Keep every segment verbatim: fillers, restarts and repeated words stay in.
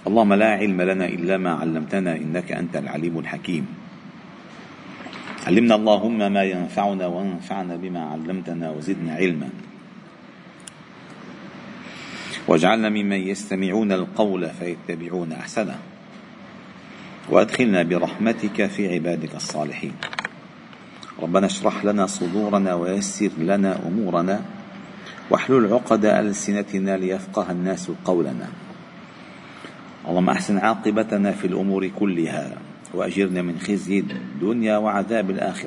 اللهم لا علم لنا إلا ما علمتنا إنك أنت العليم الحكيم. علمنا اللهم ما ينفعنا وانفعنا بما علمتنا وزدنا علما، واجعلنا ممن يستمعون القول فيتبعون أحسنه، وأدخلنا برحمتك في عبادك الصالحين. ربنا اشرح لنا صدورنا ويسر لنا أمورنا واحلل عقد ألسنتنا ليفقه الناس قولنا. اللهم أحسن عاقبتنا في الأمور كلها وأجرنا من خزي الدنيا وعذاب الآخرة.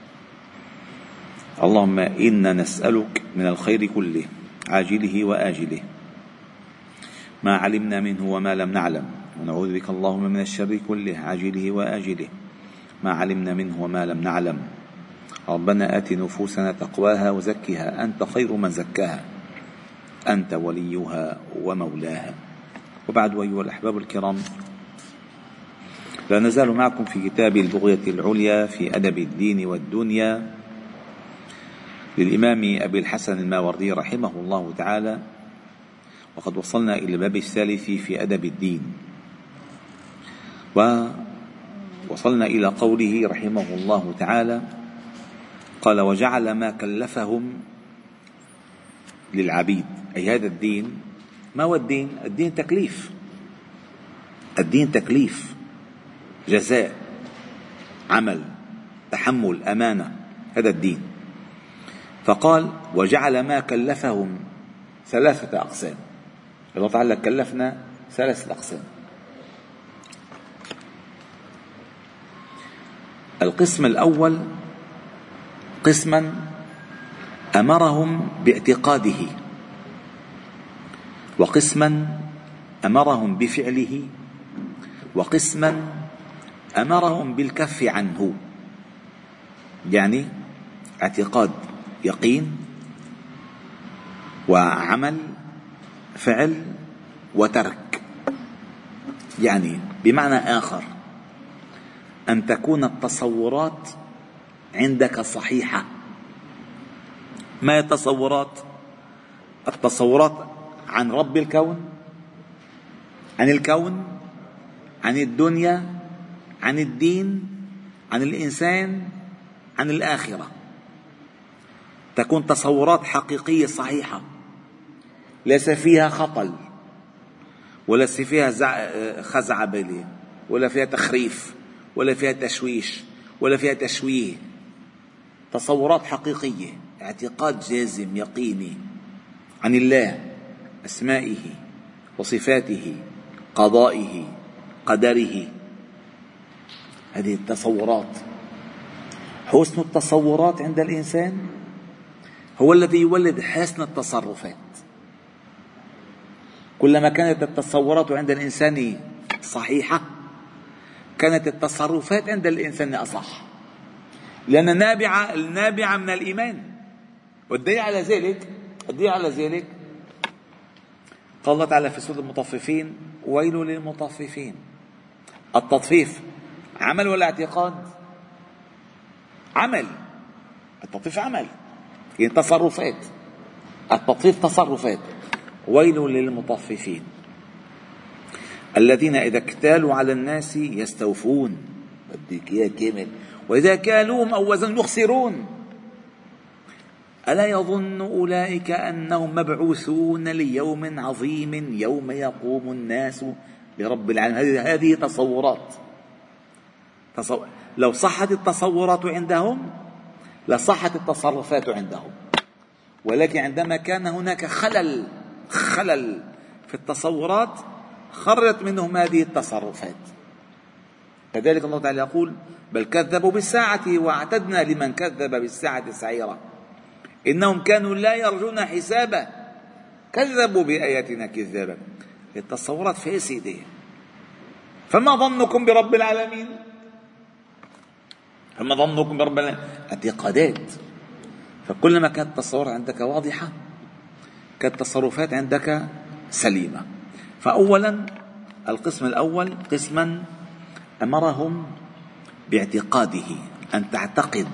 اللهم إنا نسألك من الخير كله عاجله وآجله ما علمنا منه وما لم نعلم، ونعوذ بك اللهم من الشر كله عاجله وآجله ما علمنا منه وما لم نعلم. ربنا آت نفوسنا تقواها وزكها أنت خير من زكاها أنت وليها ومولاها. وبعد، أيها الأحباب الكرام، لا نزال معكم في كتاب البغية العليا في أدب الدين والدنيا للإمام أبي الحسن الماوردي رحمه الله تعالى، وقد وصلنا إلى الباب الثالث في أدب الدين، ووصلنا إلى قوله رحمه الله تعالى قال: وجعل ما كلفهم للعبيد. أي هذا الدين، ما هو الدين؟ الدين تكليف، الدين تكليف، جزاء، عمل، تحمل، أمانة، هذا الدين. فقال: وجعل ما كلفهم ثلاثة أقسام. الله تعالى كلفنا ثلاثة أقسام. القسم الأول قسما أمرهم باعتقاده، وقسما أمرهم بفعله، وقسما أمرهم بالكف عنه. يعني اعتقاد، يقين، وعمل، فعل، وترك. يعني بمعنى آخر أن تكون التصورات عندك صحيحة. ما هي التصورات؟ التصورات عن رب الكون، عن الكون، عن الدنيا، عن الدين، عن الإنسان، عن الآخرة. تكون تصورات حقيقية صحيحة، ليس فيها خطل، ولا فيها خزعبلة، ولا فيها تخريف، ولا فيها تشويش، ولا فيها تشويه. تصورات حقيقية، اعتقاد جازم يقيني عن الله، أسمائه وصفاته، قضائه، قدره. هذه التصورات. حسن التصورات عند الإنسان هو الذي يولد حسن التصرفات. كلما كانت التصورات عند الإنسان صحيحة كانت التصرفات عند الإنسان أصح، لأن النابعة النابعة من الإيمان. والدليل على ذلك الدليل على ذلك قال الله تعالى في سورة المطففين: ويل للمطففين. التطفيف عمل ولا اعتقاد؟ عمل. التطفيف عمل، يعني تصرفات. التطفيف تصرفات. ويل للمطففين الذين إذا اكتالوا على الناس يستوفون، بديك إياه كامل، وإذا كالوهم أو وزنوا يخسرون. ألا يظن أولئك أنهم مبعوثون ليوم عظيم يوم يقوم الناس لرب العالمين. هذه تصورات. تصور. لو صحت التصورات عندهم لصحت التصرفات عندهم، ولكن عندما كان هناك خلل خلل في التصورات خرت منهم هذه التصرفات. كذلك الله تعالى يقول: بل كذبوا بالساعة واعتدنا لمن كذب بالساعة سعيرا إنهم كانوا لا يرجون حسابا كذبوا بآياتنا كذابا. التصورات فاسدة. فما ظنكم برب العالمين؟ فما ظنكم برب العالمين؟ اعتقادات. فكلما كانت التصورات عندك واضحة كانت التصرفات عندك سليمة. فأولا القسم الأول قسما أمرهم باعتقاده، أن تعتقد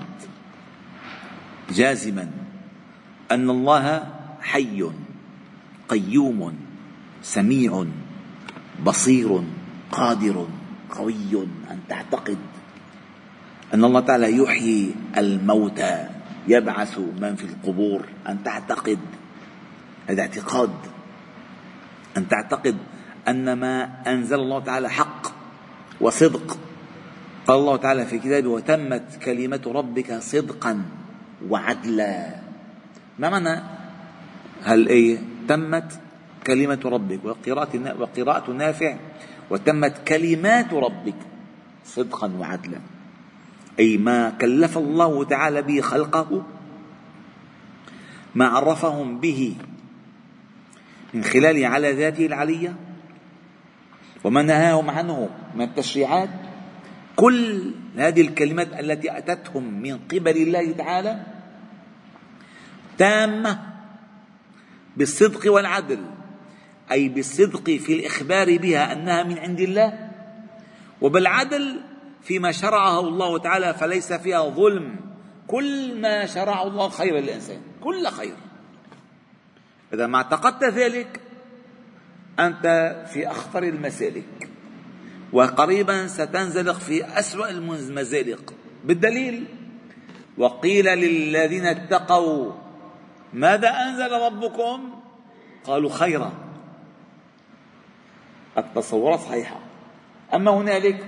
جازما أن الله حي قيوم سميع بصير قادر قوي، أن تعتقد أن الله تعالى يحيي الموتى يبعث من في القبور، أن تعتقد هذا اعتقاد، أن تعتقد أن ما أنزل الله تعالى حق وصدق. قال الله تعالى في كتابه: وتمت كلمة ربك صدقا وعدلا. ما معنى هالآية؟ تمت كلمة ربك، وقراءة وقراءة نافع: وتمت كلمات ربك صدقا وعدلا، أي ما كلف الله تعالى به خلقه، ما عرفهم به من خلال على ذاته العلية، وما نهاهم عنه من التشريعات، كل هذه الكلمات التي أتتهم من قبل الله تعالى تامة بالصدق والعدل، أي بالصدق في الإخبار بها أنها من عند الله، وبالعدل فيما شرعه الله تعالى فليس فيها ظلم. كل ما شرعه الله خير للإنسان، كل خير. إذا ما اعتقدت ذلك أنت في أخطر المسالك، وقريبا ستنزلق في أسوأ المزالق. بالدليل: وقيل للذين اتقوا ماذا أنزل ربكم؟ قالوا خيرا. التصورات صحيحة. أما هنالك: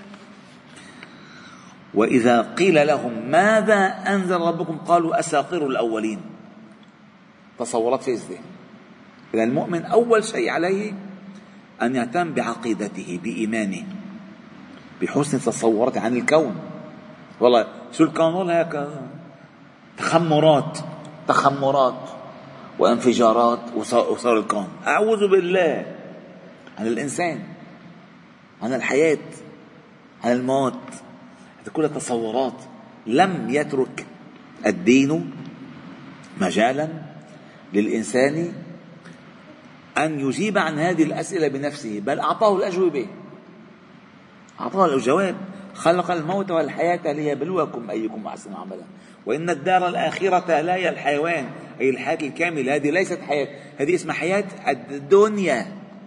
وإذا قيل لهم ماذا أنزل ربكم قالوا أساطير الأولين. تصورات فاسدة. إذا المؤمن أول شيء عليه أن يهتم بعقيدته، بإيمانه، بحسن تصورته عن الكون. والله شو الكون؟ والله هيك تخمرات تخمرات وانفجارات وصار الكون. أعوذ بالله عن الإنسان، عن الحياة، عن الموت. هذه كلها تصورات. لم يترك الدين مجالا للإنسان أن يجيب عن هذه الأسئلة بنفسه، بل أعطاه الأجوبة، أعطاه الجواب: خلق الموت والحياة ليبلوكم أيكم أحسن عملا، وإن الدار الآخرة لا هي الحيوان، أي الحياة الكاملة. هذه ليست حياة، هذه اسمها حياة الدنيا.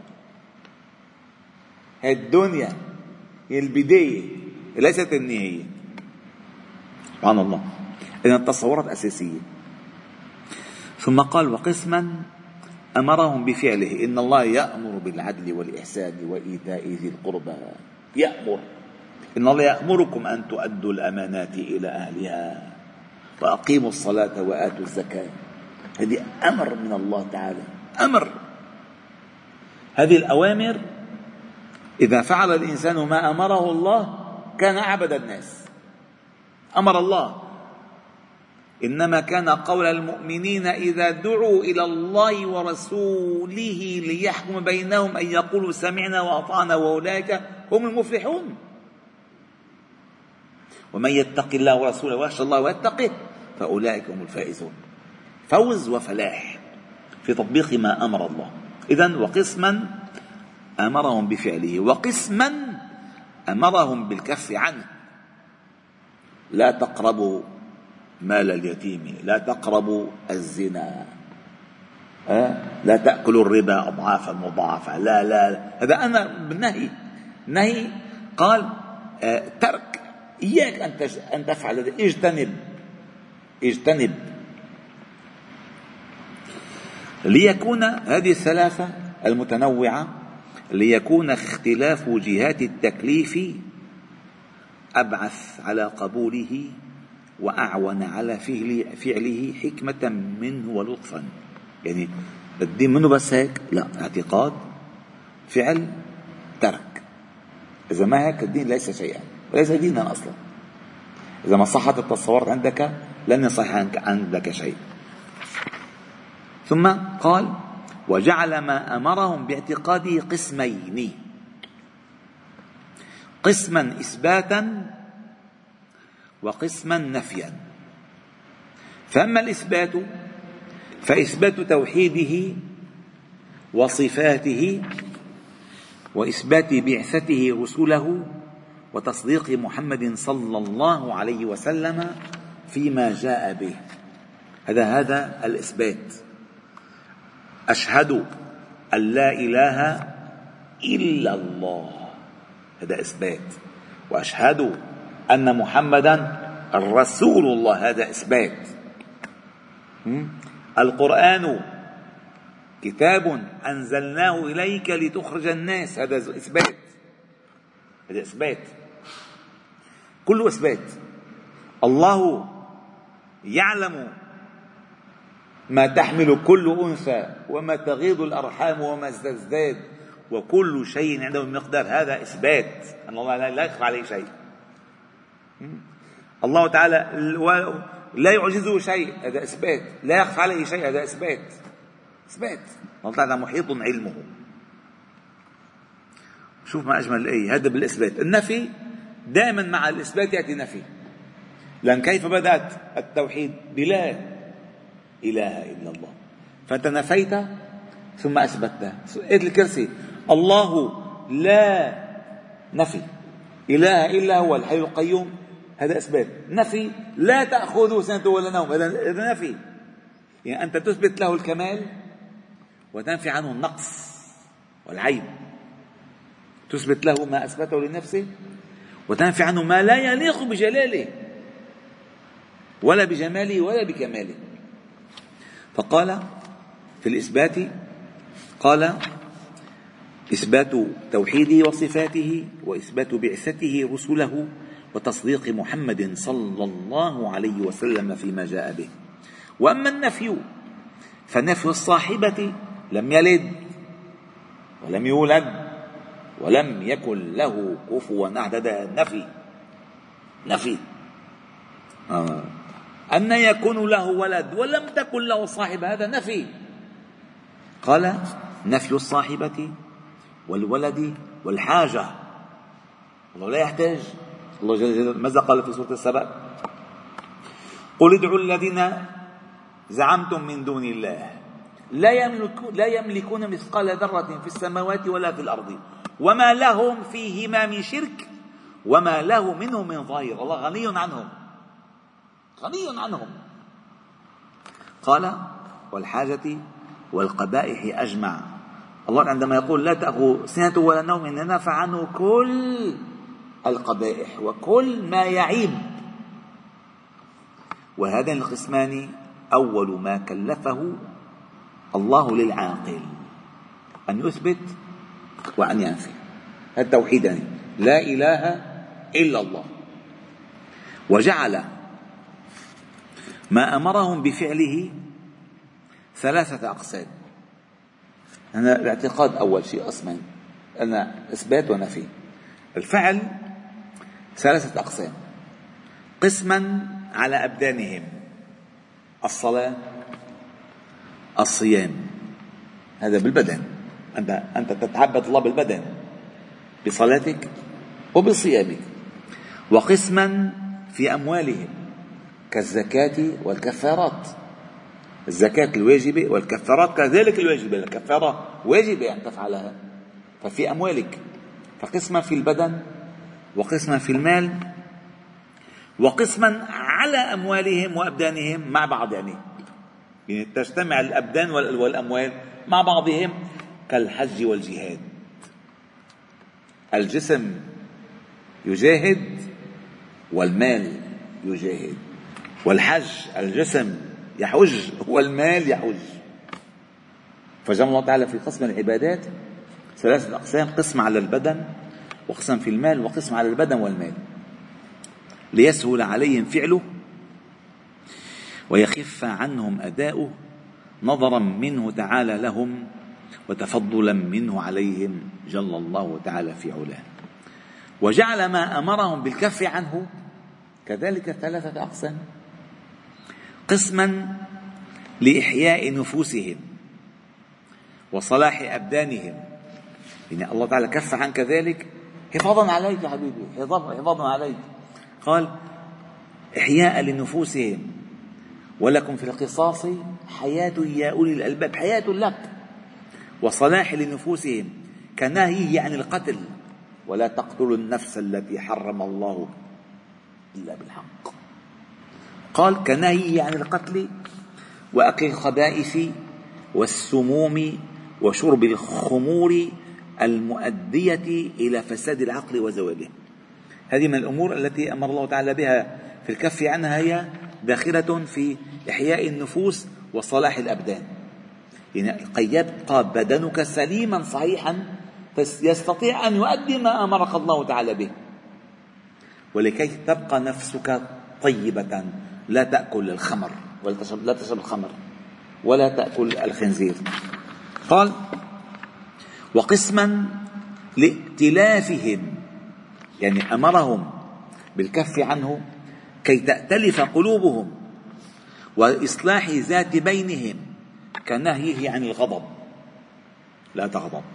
هذه الدنيا هي البداية ليست النهاية. سبحان الله. إذن التصورات أساسية. ثم قال: وقسما أمرهم بفعله، إن الله يأمر بالعدل والإحسان وإيتاء ذي القربى. يأمر، إن الله يأمركم أن تؤدوا الأمانات إلى أهلها وأقيموا الصلاة وآتوا الزكاة. هذه أمر من الله تعالى، أمر. هذه الأوامر إذا فعل الإنسان ما أمره الله كان أعبد الناس. أمر الله: إنما كان قول المؤمنين إذا دعوا إلى الله ورسوله ليحكم بينهم أن يقولوا سمعنا وأطعنا وأولئك هم المفلحون. ومن يتق الله ورسوله ويخشى الله ويتقه فأولئك هم الفائزون. فوز وفلاح في تطبيق ما أمر الله. إذن وقسما أمرهم بفعله، وقسما أمرهم بالكف عنه. لا تقربوا مال اليتيم، لا تقربوا الزنا، أه؟ لا تأكلوا الربا أضعافا مضاعفة. لا لا, لا. هذا أمر بالنهي. نهي قال أه ترك. إياك أن أن تفعل هذا. اجتنب اجتنب ليكون هذه الثلاثة المتنوعة، ليكون اختلاف جهات التكليف أبعث على قبوله وأعون على فعل فعله حكمة منه ولطفا. يعني الدين منه بس هيك؟ لا، اعتقاد، فعل، ترك. إذا ما هيك الدين ليس شيئا وليس دينا أصلا. إذا ما صحت التصورات عندك لن يصح عندك شيء. ثم قال: وجعل ما أمرهم باعتقاده قسمين: قسما إثباتا وقسما نفيا. فأما الإثبات فإثبات توحيده وصفاته، وإثبات بعثته رسله، وتصديق محمد صلى الله عليه وسلم فيما جاء به. هذا هذا الإثبات. أشهد أن لا إله إلا الله، هذا إثبات. وأشهد أن محمدا رسول الله، هذا إثبات. القرآن كتاب أنزلناه إليك لتخرج الناس، هذا إثبات، هذا إثبات، كله إثبات. الله يعلم ما تحمل كل أنثى وما تغيض الأرحام وما تزداد وكل شيء عنده مقدار، هذا إثبات أن الله لا يخفى عليه شيء. الله تعالى لا يعجزه شيء، هذا إثبات. لا يخفى عليه شيء، هذا إثبات. إثبات الله تعالى محيط علمه. شوف ما أجمل الآية، هذا بالإثبات. النفي دائما مع الإثبات يأتي نفي، لأن كيف بدأت التوحيد؟ بلا إله إلا الله، فأنت نفيت ثم أثبتت. آية الكرسي الله لا نفي، إله إلا هو الحي القيوم، هذا إثبات. نفي لا تأخذه سنة ولا نوم، هذا نفي. يعني أنت تثبت له الكمال وتنفي عنه النقص والعيب، تثبت له ما أثبته لنفسه وتنفي عنه ما لا يليق بجلاله ولا بجماله ولا بكماله. فقال في الإثبات، قال إثبات توحيده وصفاته، وإثبات بعثته رسله، وتصديق محمد صلى الله عليه وسلم فيما جاء به. وأما النفي فنفي الصاحبة، لم يلد ولم يولد ولم يكن له كفوا أحد، هذا نفي. نفي آه. أن يكون له ولد ولم تكن له صاحبة، هذا نفي. قال نفي الصاحبة والولد والحاجة، الله لا يحتاج. الله جل جلاله ماذا قال في سورة السبأ؟ قل ادعوا الذين زعمتم من دون الله لا يملكون, لا يملكون مثقال ذرة في السماوات ولا في الأرض وما لهم فيهما من شرك وما له منهم من ظهير. الله غني عنهم، غني عنهم. قال والحاجة والقبائح أجمع. الله عندما يقول لا تأخذ سنة ولا نوم إننا فعنه كل القبائح وكل ما يعيب. وهذان القسمان أول ما كلفه الله للعاقل أن يثبت وأن ينفي. التوحيد يعني لا إله إلا الله. وجعل ما أمرهم بفعله ثلاثة أقسام. هنا الاعتقاد أول شيء قسمين، أن إثبات ونفي. الفعل ثلاثة أقسام: قسما على أبدانهم، الصلاة، الصيام، هذا بالبدن، أنت أنت تتعبد الله بالبدن بصلاتك وبصيامك. وقسما في أموالهم كالزكاة والكفارات، الزكاة الواجبة والكفارات كذلك الواجبة، الكفارة واجبة أن تفعلها، ففي أموالك. فقسما في البدن وقسما في المال وقسما على أموالهم وأبدانهم مع بعض، يعني يعني تجتمع الأبدان والأموال مع بعضهم كالحج والجهاد. الجسم يجاهد والمال يجاهد، والحج الجسم يحج والمال يحج. فجمع الله تعالى في قسم العبادات ثلاثة أقسام: قسم على البدن وقسم في المال وقسم على البدن والمال، ليسهل عليهم فعله ويخف عنهم أداؤه نظرا منه تعالى لهم وتفضلا منه عليهم جل الله تعالى في علاه. وجعل ما أمرهم بالكف عنه كذلك ثلاثة أقسام: قسما لإحياء نفوسهم وصلاح أبدانهم، يعني الله تعالى كف عن كذلك حفاظا عليك يا حبيبي، حفاظا عليك. قال إحياء لنفوسهم ولكم في القصاص حياة يا أولي الألباب، حياة لك. وصلاح لنفوسهم كنهيه عن القتل، ولا تقتلوا النفس التي حرم الله إلا بالحق. قال كنهيه عن القتل وأكل الخبائث والسموم وشرب الخمور المؤدية إلى فساد العقل وزواله. هذه من الأمور التي أمر الله تعالى بها في الكف عنها، هي داخلة في إحياء النفوس وصلاح الأبدان. يعني كي يبقى بدنك سليما صحيحا يستطيع أن يؤدي ما أمرك الله تعالى به، ولكي تبقى نفسك طيبة لا تأكل الخمر ولا تشرب, لا تشرب الخمر ولا تأكل الخنزير. قال: وقسما لائتلافهم، يعني أمرهم بالكف عنه كي تأتلف قلوبهم وإصلاح ذات بينهم، كنهيه عن الغضب. لا تغضب،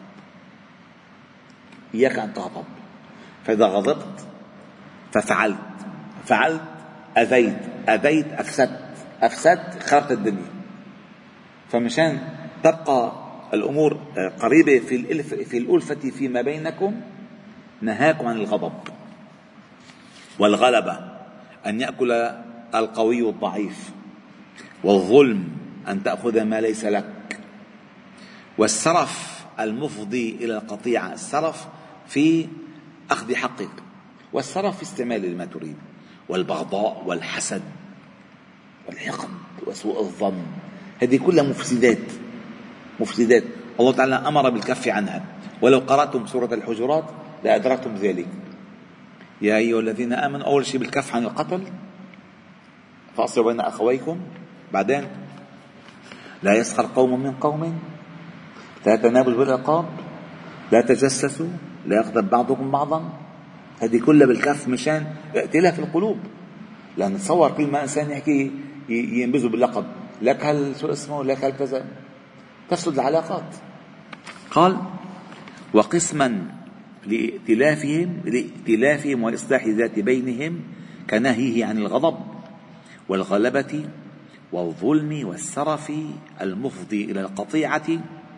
إياك أن تغضب، فإذا غضبت ففعلت فعلت أذيت أذيت أفسدت أفسدت خربت الدنيا. فمشان تبقى الأمور قريبة في الألف في الألفة فيما بينكم نهاكم عن الغضب والغلبة، أن يأكل القوي الضعيف، والظلم أن تأخذ ما ليس لك، والسرف المفضي إلى القطيعة، السرف في أخذ حقك، والسرف في استعمال ما تريد، والبغضاء والحسد والحقد وسوء الظن، هذه كلها مفسدات مفسدات الله تعالى أمر بالكف عنها. ولو قرأتم سورة الحجرات لأدركتم ذلك. يا أيها الذين آمنوا، أول شيء بالكف عن القتل، فأصلحوا بين أخويكم. بعدين لا يسخر قوم من قوم، لا تنابزوا بالألقاب، لا تجسسوا، لا يغتب بعضكم بعضا. هذه كلها بالكف مشان ائتلاف القلوب. لأن تصور كل ما إنسان يحكي ينبذوا باللقب، لك هل شو اسمه، لك هل كذا، تفسد العلاقات. قال: وقسما لائتلافهم لائتلافهم وإصلاح ذات بينهم، كنهيه عن الغضب والغلبة والظلم والسرف المفضي إلى القطيعة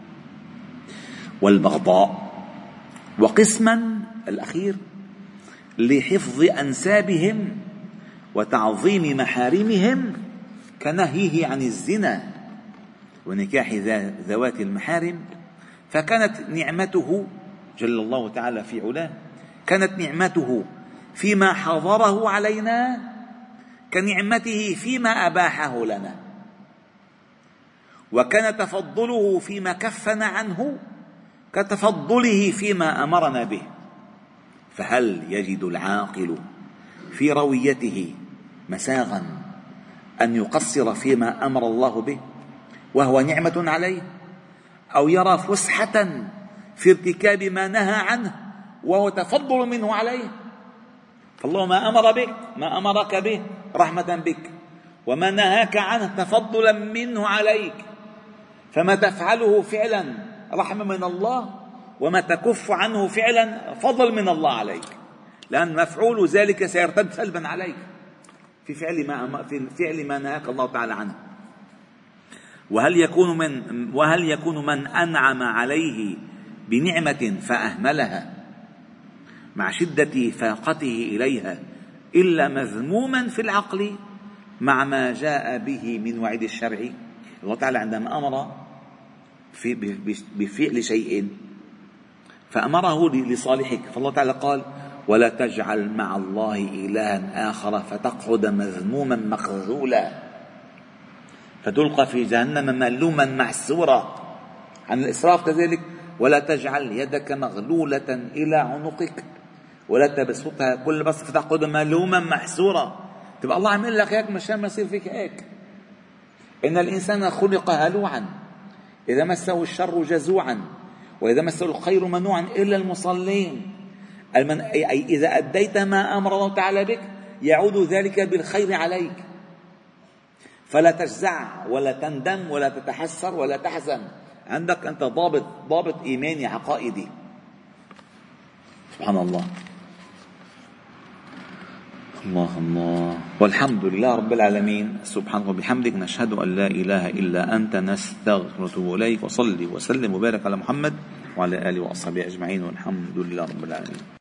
والبغضاء. وقسما الأخير لحفظ أنسابهم وتعظيم محارمهم، كنهيه عن الزنا ونكاح ذوات المحارم. فكانت نعمته جل الله تعالى في علاه، كانت نعمته فيما حظره علينا كنعمته فيما أباحه لنا، وكان تفضله فيما كفنا عنه كتفضله فيما أمرنا به. فهل يجد العاقل في رويته مساغا أن يقصر فيما أمر الله به وهو نعمة عليه، أو يرى فسحة في ارتكاب ما نهى عنه وهو تفضل منه عليه؟ فالله ما أمر بك ما أمرك به رحمة بك، وما نهاك عنه تفضلا منه عليك. فما تفعله فعلا رحمة من الله، وما تكف عنه فعلا فضل من الله عليك، لأن مفعول ذلك سيرتد سلبا عليك في فعل ما في فعل ما نهاك الله تعالى عنه. وهل يكون من وهل يكون من أنعم عليه بنعمة فأهملها مع شدة فاقته إليها إلا مذموما في العقل مع ما جاء به من وعيد الشرع؟ الله تعالى عندما أمر في بفعل شيء فأمره لصالحك، فالله تعالى قال: ولا تجعل مع الله إلها آخر فتقعد مذموما مخذولا فتلقى في جهنم ملوما محسورا. عن الإسراف كذلك: ولا تجعل يدك مغلولة إلى عنقك ولا تبسطها كل بسط فتقعد ملوما محسورا. تبقى الله عمل لك هيك مشان ما يصير فيك هيك. إن الإنسان خلق هلوعا إذا مسه الشر جزوعا وإذا مسه الخير منوعا إلا المصلين. أي إذا أديت ما أمر الله تعالى بك يعود ذلك بالخير عليك، فلا تجزع ولا تندم ولا تتحسر ولا تحزن. عندك أنت ضابط ضابط إيماني عقائدي. سبحان الله الله الله والحمد لله رب العالمين. سبحانك وبحمدك، نشهد أن لا إله إلا أنت، نستغفرك ونتوب إليك. وصلي وسلم وبارك على محمد وعلى آله وأصحابه أجمعين، والحمد لله رب العالمين.